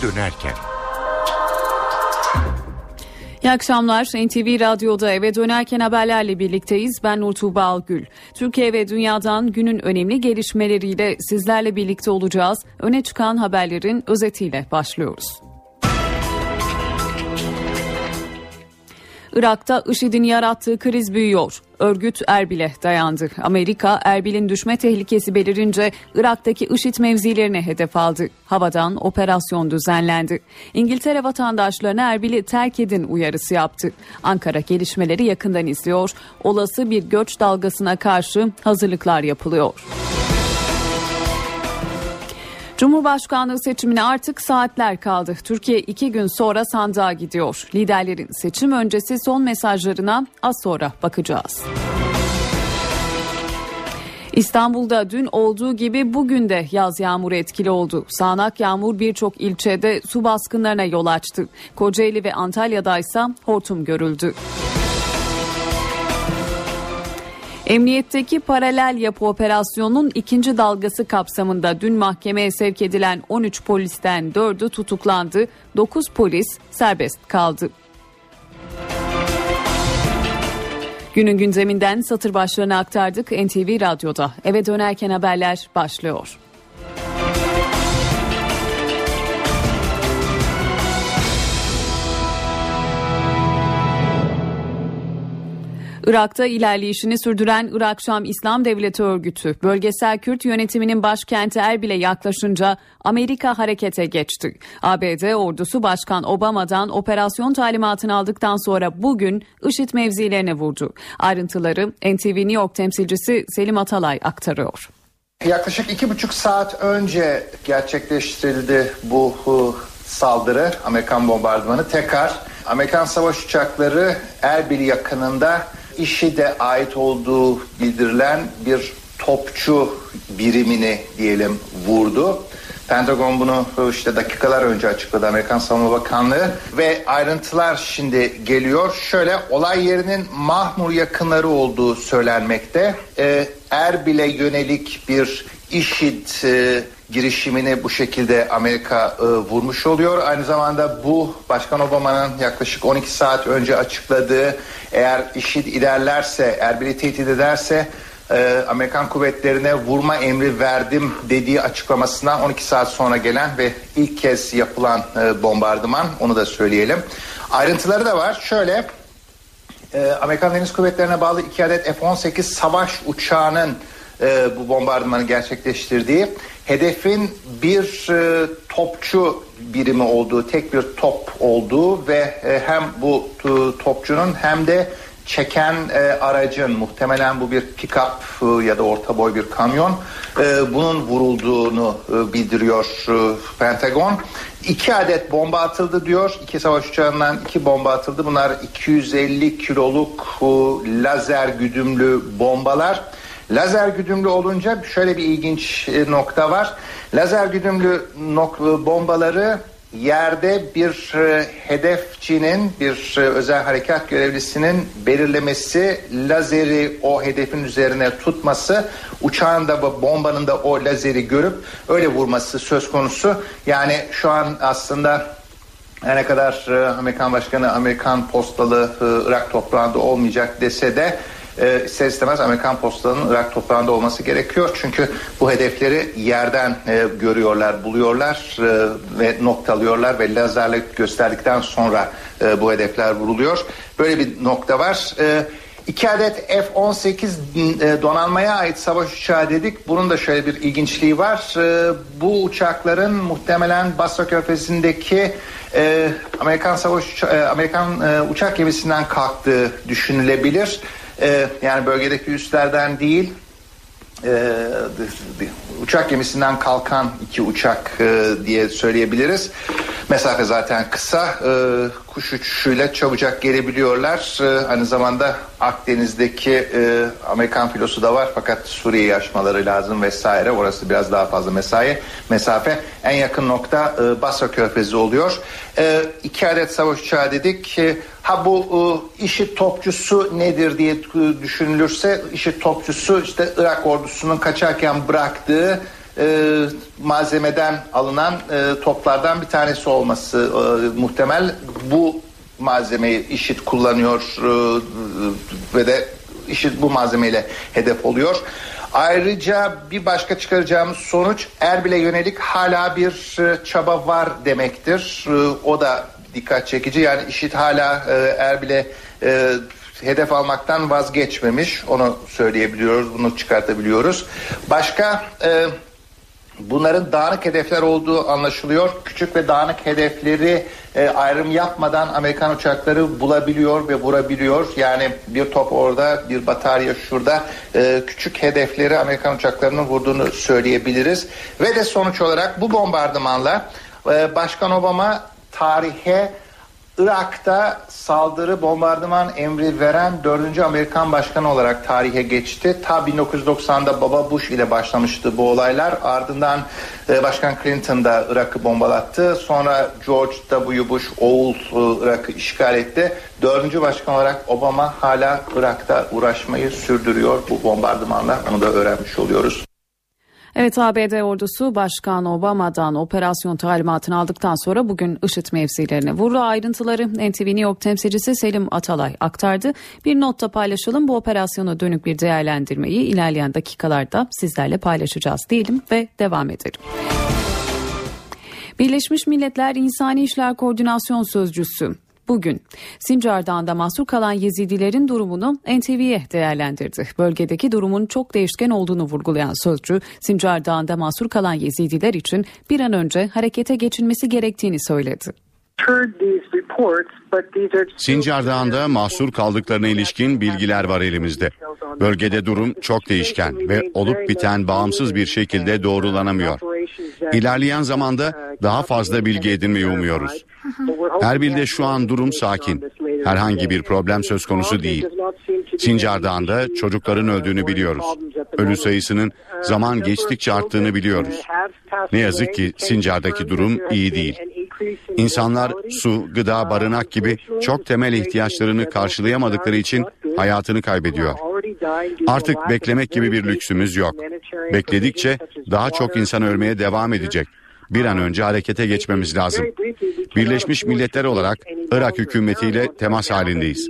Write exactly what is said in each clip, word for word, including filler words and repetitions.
dönerken. İyi akşamlar. N T V Radyo'da eve dönerken haberlerle birlikteyiz. Ben Nur Tuğba Algül. Türkiye ve dünyadan günün önemli gelişmeleriyle sizlerle birlikte olacağız. Öne çıkan haberlerin özetiyle başlıyoruz. Irak'ta IŞİD'in yarattığı kriz büyüyor. Örgüt Erbil'e dayandı. Amerika, Erbil'in düşme tehlikesi belirince Irak'taki IŞİD mevzilerine hedef aldı. Havadan operasyon düzenlendi. İngiltere vatandaşlarına Erbil'i terk edin uyarısı yaptı. Ankara gelişmeleri yakından izliyor. Olası bir göç dalgasına karşı hazırlıklar yapılıyor. Cumhurbaşkanlığı seçimine artık saatler kaldı. Türkiye iki gün sonra sandığa gidiyor. Liderlerin seçim öncesi son mesajlarına az sonra bakacağız. İstanbul'da dün olduğu gibi bugün de yaz yağmuru etkili oldu. Sağanak yağmur birçok ilçede su baskınlarına yol açtı. Kocaeli ve Antalya'da ise hortum görüldü. Emniyetteki paralel yapı operasyonunun ikinci dalgası kapsamında dün mahkemeye sevk edilen on üç polisten dördü tutuklandı, dokuz polis serbest kaldı. Günün gündeminden satır başlarını aktardık N T V Radyo'da. Eve dönerken haberler başlıyor. Irak'ta ilerleyişini sürdüren Irak Şam İslam Devleti Örgütü, bölgesel Kürt yönetiminin başkenti Erbil'e yaklaşınca Amerika harekete geçti. A B D ordusu Başkan Obama'dan operasyon talimatını aldıktan sonra bugün IŞİD mevzilerine vurdu. Ayrıntıları N T V New York temsilcisi Selim Atalay aktarıyor. Yaklaşık iki buçuk saat önce gerçekleştirildi bu saldırı, Amerikan bombardımanı. Tekrar Amerikan savaş uçakları Erbil yakınında IŞİD'e ait olduğu bildirilen bir topçu birimini diyelim vurdu. Pentagon bunu işte dakikalar önce açıkladı, Amerikan Savunma Bakanlığı, ve ayrıntılar şimdi geliyor. Şöyle, olay yerinin Mahmur yakınları olduğu söylenmekte. Ee, Erbil'e yönelik bir IŞİD e, girişimini bu şekilde Amerika e, vurmuş oluyor. Aynı zamanda bu Başkan Obama'nın yaklaşık on iki saat önce açıkladığı, eğer IŞİD ilerlerse, Erbil'i tehdit ederse e, Amerikan kuvvetlerine vurma emri verdim dediği açıklamasından on iki saat sonra gelen ve ilk kez yapılan e, bombardıman, onu da söyleyelim. Ayrıntıları da var. Şöyle, e, Amerikan Deniz Kuvvetlerine bağlı iki adet F on sekiz savaş uçağının e, bu bombardımanı gerçekleştirdiği, hedefin bir e, topçu birimi olduğu, tek bir top olduğu ve e, hem bu e, topçunun hem de çeken e, aracın, muhtemelen bu bir pick-up e, ya da orta boy bir kamyon, e, bunun vurulduğunu e, bildiriyor e, Pentagon. İki adet bomba atıldı diyor. İki savaş uçağından iki bomba atıldı. Bunlar iki yüz elli kiloluk e, lazer güdümlü bombalar. Lazer güdümlü olunca şöyle bir ilginç nokta var. Lazer güdümlü nok- bombaları yerde bir e, hedefçinin, bir e, özel harekat görevlisinin belirlemesi, lazeri o hedefin üzerine tutması, uçağın da bombanın da o lazeri görüp öyle vurması söz konusu. Yani şu an aslında her ne kadar e, Amerikan Başkanı Amerikan postalı e, Irak toprağında olmayacak dese de E, ister istemez Amerikan postalının Irak toprağında olması gerekiyor. Çünkü bu hedefleri yerden e, görüyorlar, buluyorlar e, ve noktalıyorlar ve lazerle gösterdikten sonra e, bu hedefler vuruluyor. Böyle bir nokta var. E, iki adet F on sekiz e, donanmaya ait savaş uçağı dedik. Bunun da şöyle bir ilginçliği var. E, bu uçakların muhtemelen Basra Körfezi'ndeki e, Amerikan savaş uça- e, Amerikan e, uçak gemisinden kalktığı düşünülebilir. Ee, yani bölgedeki üslerden değil, e, uçak gemisinden kalkan iki uçak e, diye söyleyebiliriz. Mesafe zaten kısa, e, kuş uçuşuyla çabucak gelebiliyorlar. E, aynı zamanda Akdeniz'deki e, Amerikan filosu da var, fakat Suriye'yi aşmaları lazım vesaire. Orası biraz daha fazla mesai, mesafe. En yakın nokta e, Basra Körfezi oluyor. E, iki adet savaş uçağı dedik. E, ha bu e, IŞİD topçusu nedir diye düşünülürse, IŞİD topçusu işte Irak ordusunun kaçarken bıraktığı e, malzemeden alınan e, toplardan bir tanesi olması e, muhtemel. Bu malzemeyi IŞİD kullanıyor e, ve de IŞİD bu malzemeyle hedef oluyor. Ayrıca bir başka çıkaracağımız sonuç Erbil'e yönelik hala bir e, çaba var demektir. E, o da dikkat çekici. Yani IŞİD hala e, Erbil'e e, hedef almaktan vazgeçmemiş. Onu söyleyebiliyoruz, bunu çıkartabiliyoruz. Başka e, bunların dağınık hedefler olduğu anlaşılıyor. Küçük ve dağınık hedefleri e, ayrım yapmadan Amerikan uçakları bulabiliyor ve vurabiliyor. Yani bir top orada, bir batarya şurada. E, küçük hedefleri Amerikan uçaklarının vurduğunu söyleyebiliriz. Ve de sonuç olarak bu bombardımanla e, Başkan Obama tarihe Irak'ta saldırı bombardıman emri veren dördüncü Amerikan başkanı olarak tarihe geçti. Ta bin dokuz yüz doksanda Baba Bush ile başlamıştı bu olaylar. Ardından e, Başkan Clinton da Irak'ı bombalattı. Sonra George W. Bush oğul e, Irak'ı işgal etti. Dördüncü başkan olarak Obama hala Irak'ta uğraşmayı sürdürüyor bu bombardımanla. Onu da öğrenmiş oluyoruz. Evet, A B D ordusu Başkan Obama'dan operasyon talimatını aldıktan sonra bugün IŞİD mevzilerine vurdu. Ayrıntıları N T V New York temsilcisi Selim Atalay aktardı. Bir notta paylaşalım, bu operasyona dönük bir değerlendirmeyi ilerleyen dakikalarda sizlerle paylaşacağız diyelim ve devam edelim. Birleşmiş Milletler İnsani İşler Koordinasyon Sözcüsü bugün Sincar Dağı'nda mahsur kalan Yezidilerin durumunu N T V'ye değerlendirdi. Bölgedeki durumun çok değişken olduğunu vurgulayan sözcü, Sincar Dağı'nda mahsur kalan Yezidiler için bir an önce harekete geçilmesi gerektiğini söyledi. Sincar Dağı'nda mahsur kaldıklarına ilişkin bilgiler var elimizde. Bölgede durum çok değişken ve olup biten bağımsız bir şekilde doğrulanamıyor. İlerleyen zamanda daha fazla bilgi edinmeyi umuyoruz. Erbil'de şu an durum sakin. Herhangi bir problem söz konusu değil. Sincar Dağı'nda çocukların öldüğünü biliyoruz. Ölü sayısının zaman geçtikçe arttığını biliyoruz. Ne yazık ki Sincar'daki durum iyi değil. İnsanlar su, gıda, barınak gibi çok temel ihtiyaçlarını karşılayamadıkları için hayatını kaybediyor. Artık beklemek gibi bir lüksümüz yok. Bekledikçe daha çok insan ölmeye devam edecek. Bir an önce harekete geçmemiz lazım. Birleşmiş Milletler olarak Irak hükümetiyle temas halindeyiz.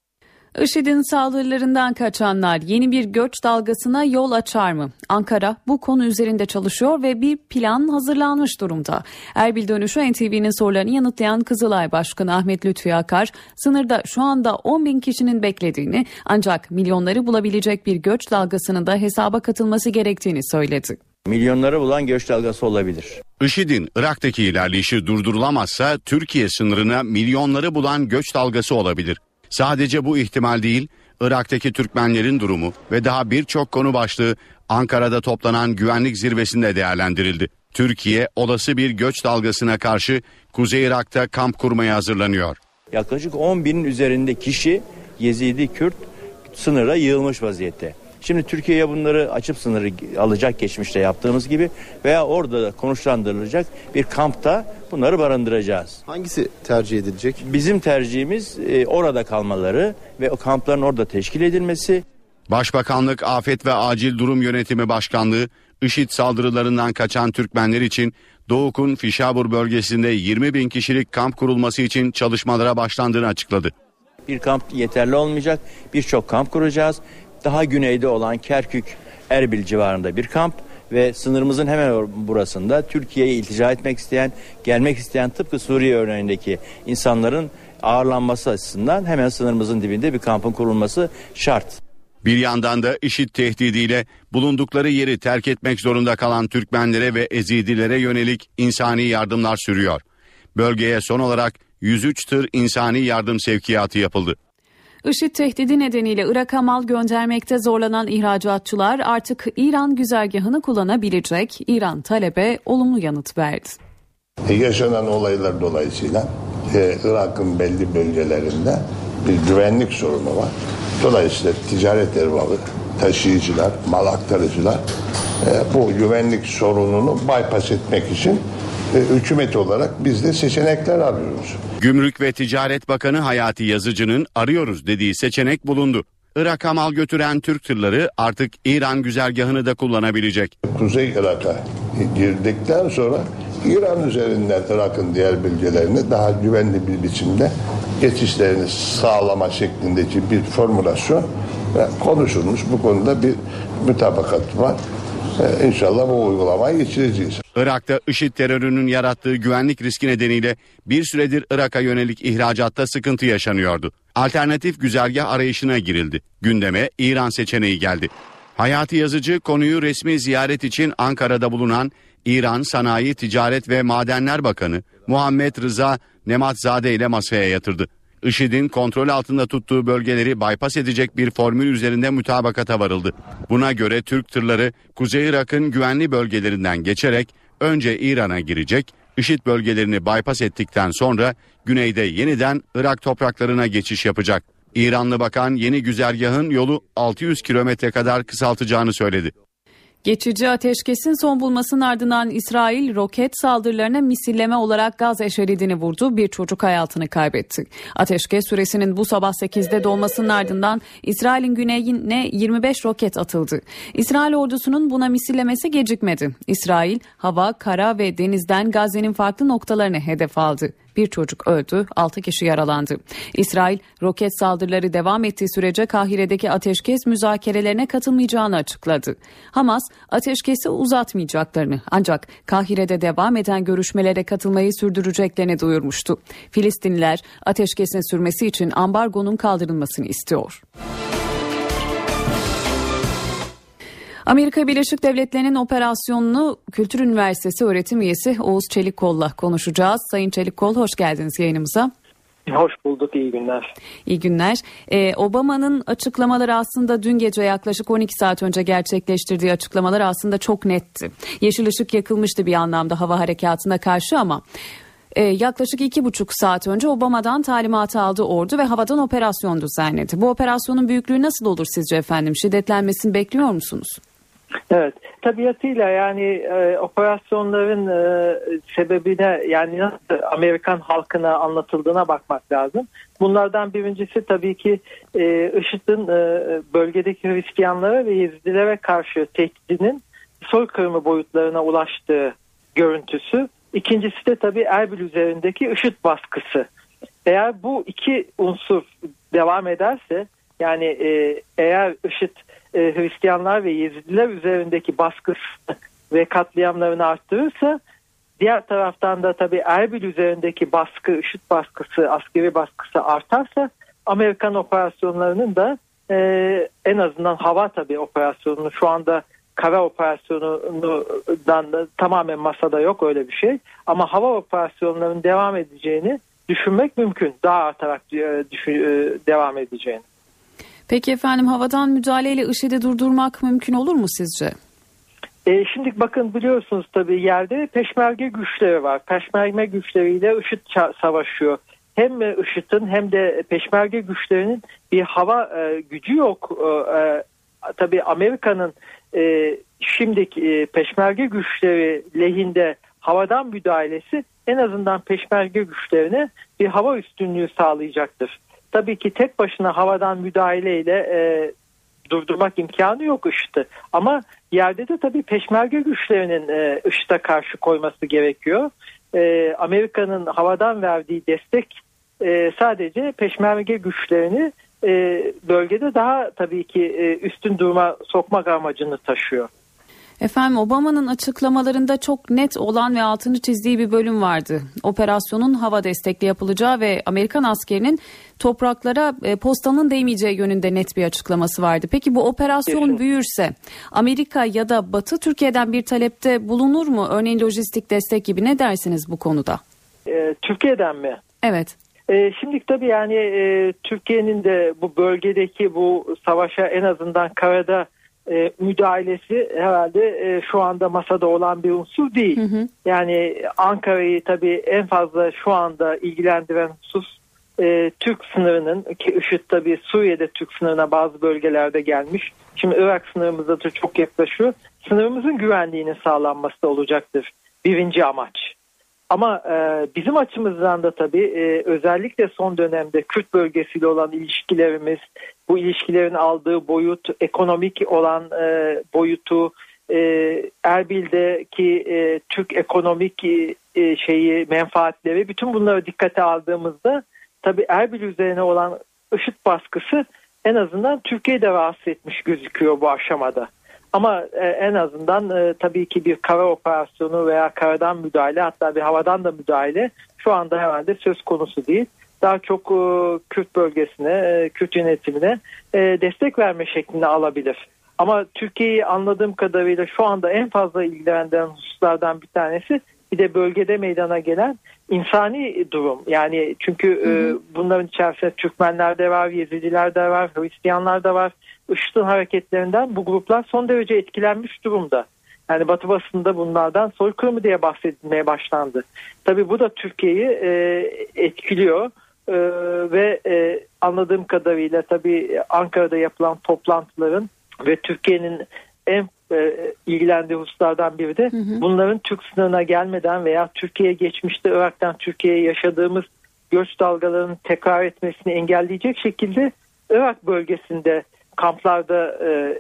IŞİD'in saldırılarından kaçanlar yeni bir göç dalgasına yol açar mı? Ankara bu konu üzerinde çalışıyor ve bir plan hazırlanmış durumda. Erbil dönüşü N T V'nin sorularını yanıtlayan Kızılay Başkanı Ahmet Lütfi Akar, sınırda şu anda on bin kişinin beklediğini ancak milyonları bulabilecek bir göç dalgasının da hesaba katılması gerektiğini söyledi. Milyonları bulan göç dalgası olabilir. IŞİD'in Irak'taki ilerleyişi durdurulamazsa Türkiye sınırına milyonları bulan göç dalgası olabilir. Sadece bu ihtimal değil, Irak'taki Türkmenlerin durumu ve daha birçok konu başlığı Ankara'da toplanan güvenlik zirvesinde değerlendirildi. Türkiye olası bir göç dalgasına karşı Kuzey Irak'ta kamp kurmaya hazırlanıyor. Yaklaşık on binin üzerinde kişi Yezidi Kürt sınıra yığılmış vaziyette. Şimdi Türkiye'ye bunları açıp sınırı alacak, geçmişte yaptığımız gibi, veya orada konuşlandırılacak bir kampta bunları barındıracağız. Hangisi tercih edilecek? Bizim tercihimiz e, orada kalmaları ve o kampların orada teşkil edilmesi. Başbakanlık Afet ve Acil Durum Yönetimi Başkanlığı, IŞİD saldırılarından kaçan Türkmenler için Doğuk'un Fişabur bölgesinde yirmi bin kişilik kamp kurulması için çalışmalara başlandığını açıkladı. Bir kamp yeterli olmayacak, birçok kamp kuracağız. Daha güneyde olan Kerkük, Erbil civarında bir kamp ve sınırımızın hemen burasında Türkiye'ye iltica etmek isteyen, gelmek isteyen, tıpkı Suriye örneğindeki insanların ağırlanması açısından hemen sınırımızın dibinde bir kampın kurulması şart. Bir yandan da IŞİD tehdidiyle bulundukları yeri terk etmek zorunda kalan Türkmenlere ve Ezidilere yönelik insani yardımlar sürüyor. Bölgeye son olarak yüz üç tır insani yardım sevkiyatı yapıldı. IŞİD tehdidi nedeniyle Irak'a mal göndermekte zorlanan ihracatçılar artık İran güzergahını kullanabilecek. İran talebe olumlu yanıt verdi. Yaşanan olaylar dolayısıyla e, Irak'ın belli bölgelerinde bir güvenlik sorunu var. Dolayısıyla ticaret erbabı, taşıyıcılar, mal aktarıcılar e, bu güvenlik sorununu bypass etmek için e, hükümet olarak biz de seçenekler arıyoruz. Gümrük ve Ticaret Bakanı Hayati Yazıcı'nın arıyoruz dediği seçenek bulundu. Irak'a mal götüren Türk tırları artık İran güzergahını da kullanabilecek. Kuzey Irak'a girdikten sonra İran üzerinden Irak'ın diğer bölgelerine daha güvenli bir biçimde geçişlerini sağlama şeklindeki bir formülasyon konuşulmuş. Bu konuda bir mutabakat var. Ee, İnşallah bu uygulamayı geçireceğiz. Irak'ta IŞİD terörünün yarattığı güvenlik riski nedeniyle bir süredir Irak'a yönelik ihracatta sıkıntı yaşanıyordu. Alternatif güzergah arayışına girildi. Gündeme İran seçeneği geldi. Hayati Yazıcı konuyu resmi ziyaret için Ankara'da bulunan İran Sanayi, Ticaret ve Madenler Bakanı Muhammed Rıza Nematzade ile masaya yatırdı. IŞİD'in kontrol altında tuttuğu bölgeleri bypass edecek bir formül üzerinde mutabakata varıldı. Buna göre Türk tırları Kuzey Irak'ın güvenli bölgelerinden geçerek önce İran'a girecek, IŞİD bölgelerini bypass ettikten sonra güneyde yeniden Irak topraklarına geçiş yapacak. İranlı bakan yeni güzergahın yolu altı yüz kilometre kadar kısaltacağını söyledi. Geçici ateşkesin son bulmasının ardından İsrail roket saldırılarına misilleme olarak Gazze şeridini vurdu. Bir çocuk hayatını kaybetti. Ateşkes süresinin bu sabah sekizde dolmasının ardından İsrail'in güneyine yirmi beş roket atıldı. İsrail ordusunun buna misillemesi gecikmedi. İsrail hava, kara ve denizden Gazze'nin farklı noktalarını hedef aldı. Bir çocuk öldü, altı kişi yaralandı. İsrail roket saldırıları devam ettiği sürece Kahire'deki ateşkes müzakerelerine katılmayacağını açıkladı. Hamas ateşkesi uzatmayacaklarını ancak Kahire'de devam eden görüşmelere katılmayı sürdüreceklerini duyurmuştu. Filistinliler ateşkesin sürmesi için ambargonun kaldırılmasını istiyor. Amerika Birleşik Devletleri'nin operasyonunu Kültür Üniversitesi öğretim üyesi Oğuz Çelikkol'la konuşacağız. Sayın Çelikkol, hoş geldiniz yayınımıza. Hoş bulduk, iyi günler. İyi günler. Ee, Obama'nın açıklamaları aslında dün gece yaklaşık on iki saat önce gerçekleştirdiği açıklamalar aslında çok netti. Yeşil ışık yakılmıştı bir anlamda hava harekatına karşı ama... Ee, yaklaşık iki buçuk saat önce Obama'dan talimatı aldı ordu ve havadan operasyon düzenledi. Bu operasyonun büyüklüğü nasıl olur sizce efendim? Şiddetlenmesini bekliyor musunuz? Evet, tabiatıyla yani e, operasyonların e, sebebine yani nasıl Amerikan halkına anlatıldığına bakmak lazım. Bunlardan birincisi tabii ki e, IŞİD'in e, bölgedeki Hristiyanlara ve Yezidilere karşı tehdidinin soykırımı boyutlarına ulaştığı görüntüsü. İkincisi de tabii Erbil üzerindeki IŞİD baskısı. Eğer bu iki unsur devam ederse yani e, eğer IŞİD e, Hristiyanlar ve Yezidiler üzerindeki baskısı ve katliamlarını arttırırsa diğer taraftan da tabii Erbil üzerindeki baskı, IŞİD baskısı, askeri baskısı artarsa Amerikan operasyonlarının da e, en azından hava tabii operasyonunu şu anda kara operasyonundan da tamamen masada yok öyle bir şey. Ama hava operasyonlarının devam edeceğini düşünmek mümkün. Daha artarak düşün, devam edeceğini. Peki efendim havadan müdahaleyle IŞİD'i durdurmak mümkün olur mu sizce? E, şimdi bakın biliyorsunuz tabii yerde peşmerge güçleri var. Peşmerge güçleriyle IŞİD savaşıyor. Hem IŞİD'in hem de peşmerge güçlerinin bir hava e, gücü yok. E, tabii Amerika'nın e, şimdiki e, peşmerge güçleri lehinde havadan müdahalesi en azından peşmerge güçlerine bir hava üstünlüğü sağlayacaktır. Tabii ki tek başına havadan müdahaleyle e, durdurmak imkanı yok IŞİD'i. Ama yerde de tabii peşmerge güçlerinin e, IŞİD'e karşı koyması gerekiyor. E, Amerika'nın havadan verdiği destek e, sadece peşmerge güçlerini e, bölgede daha tabii ki e, üstün duruma sokmak amacını taşıyor. Efendim Obama'nın açıklamalarında çok net olan ve altını çizdiği bir bölüm vardı. Operasyonun hava destekli yapılacağı ve Amerikan askerinin topraklara e, postanın değmeyeceği yönünde net bir açıklaması vardı. Peki bu operasyon Kesin. büyürse Amerika ya da Batı Türkiye'den bir talepte bulunur mu? Örneğin lojistik destek gibi, ne dersiniz bu konuda? E, Türkiye'den mi? Evet. E, şimdi tabii yani e, Türkiye'nin de bu bölgedeki bu savaşa en azından karada E, müdahalesi herhalde e, şu anda masada olan bir unsur değil. Hı hı. Yani Ankara'yı tabii en fazla şu anda ilgilendiren husus e, Türk sınırının ki IŞİD tabii Suriye'de Türk sınırına bazı bölgelerde gelmiş. Şimdi Irak sınırımıza da çok yaklaşıyor. Sınırımızın güvenliğinin sağlanması da olacaktır birinci amaç. Ama e, bizim açımızdan da tabii e, özellikle son dönemde Kürt bölgesiyle olan ilişkilerimiz, bu ilişkilerin aldığı boyut, ekonomik olan e, boyutu, e, Erbil'deki e, Türk ekonomik e, şeyi, menfaatleri, bütün bunları dikkate aldığımızda tabii Erbil üzerine olan IŞİD baskısı en azından Türkiye'de rahatsız etmiş gözüküyor bu aşamada. Ama e, en azından e, tabii ki bir kara operasyonu veya karadan müdahale, hatta bir havadan da müdahale şu anda herhalde söz konusu değil. Daha çok e, Kürt bölgesine, e, Kürt yönetimine e, destek verme şeklinde alabilir. Ama Türkiye'yi anladığım kadarıyla şu anda en fazla ilgilendiren hususlardan bir tanesi bir de bölgede meydana gelen insani durum. Yani çünkü hı hı. E, bunların içerisinde Türkmenler de var, Yezidiler de var, Hristiyanlar da var. IŞİD'in hareketlerinden bu gruplar son derece etkilenmiş durumda. Yani Batı basında bunlardan soykırımı diye bahsedilmeye başlandı. Tabii bu da Türkiye'yi e, etkiliyor e, ve e, anladığım kadarıyla tabii Ankara'da yapılan toplantıların ve Türkiye'nin en e, ilgilendiği hususlardan biri de hı hı. bunların Türk sınırına gelmeden veya Türkiye'ye geçmişte Irak'tan Türkiye'ye yaşadığımız göç dalgalarının tekrar etmesini engelleyecek şekilde Irak bölgesinde kamplarda e,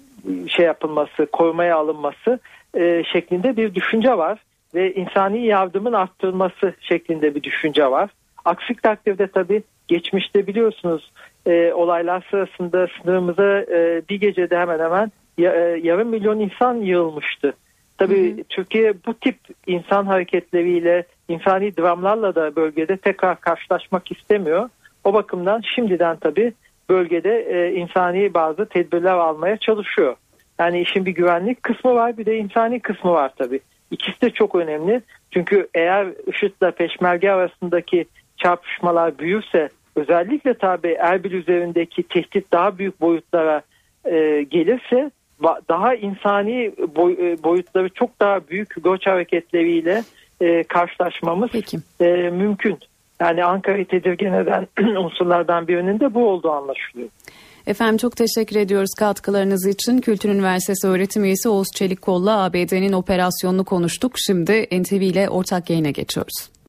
şey yapılması, korumaya alınması e, şeklinde bir düşünce var ve insani yardımın arttırılması şeklinde bir düşünce var. Aksi takdirde tabii geçmişte biliyorsunuz e, olaylar sırasında sınırımıza e, bir gecede hemen hemen ya, e, yarım milyon insan yığılmıştı. Tabii hı hı. Türkiye bu tip insan hareketleriyle, insani dramlarla da bölgede tekrar karşılaşmak istemiyor. O bakımdan şimdiden tabii bölgede e, insani bazı tedbirler almaya çalışıyor. Yani işin bir güvenlik kısmı var, bir de insani kısmı var tabii. İkisi de çok önemli. Çünkü eğer IŞİD'le Peşmerge arasındaki çarpışmalar büyürse, özellikle tabii Erbil üzerindeki tehdit daha büyük boyutlara e, gelirse, daha insani boy, e, boyutları çok daha büyük göç hareketleriyle e, karşılaşmamız e, mümkün. Yani Ankara'yı tedirgin eden unsurlardan birinin de bu olduğu anlaşılıyor. Efendim çok teşekkür ediyoruz katkılarınız için. Kültür Üniversitesi öğretim üyesi Oğuz Çelikkol'la A B D'nin operasyonunu konuştuk. Şimdi N T V ile ortak yayına geçiyoruz.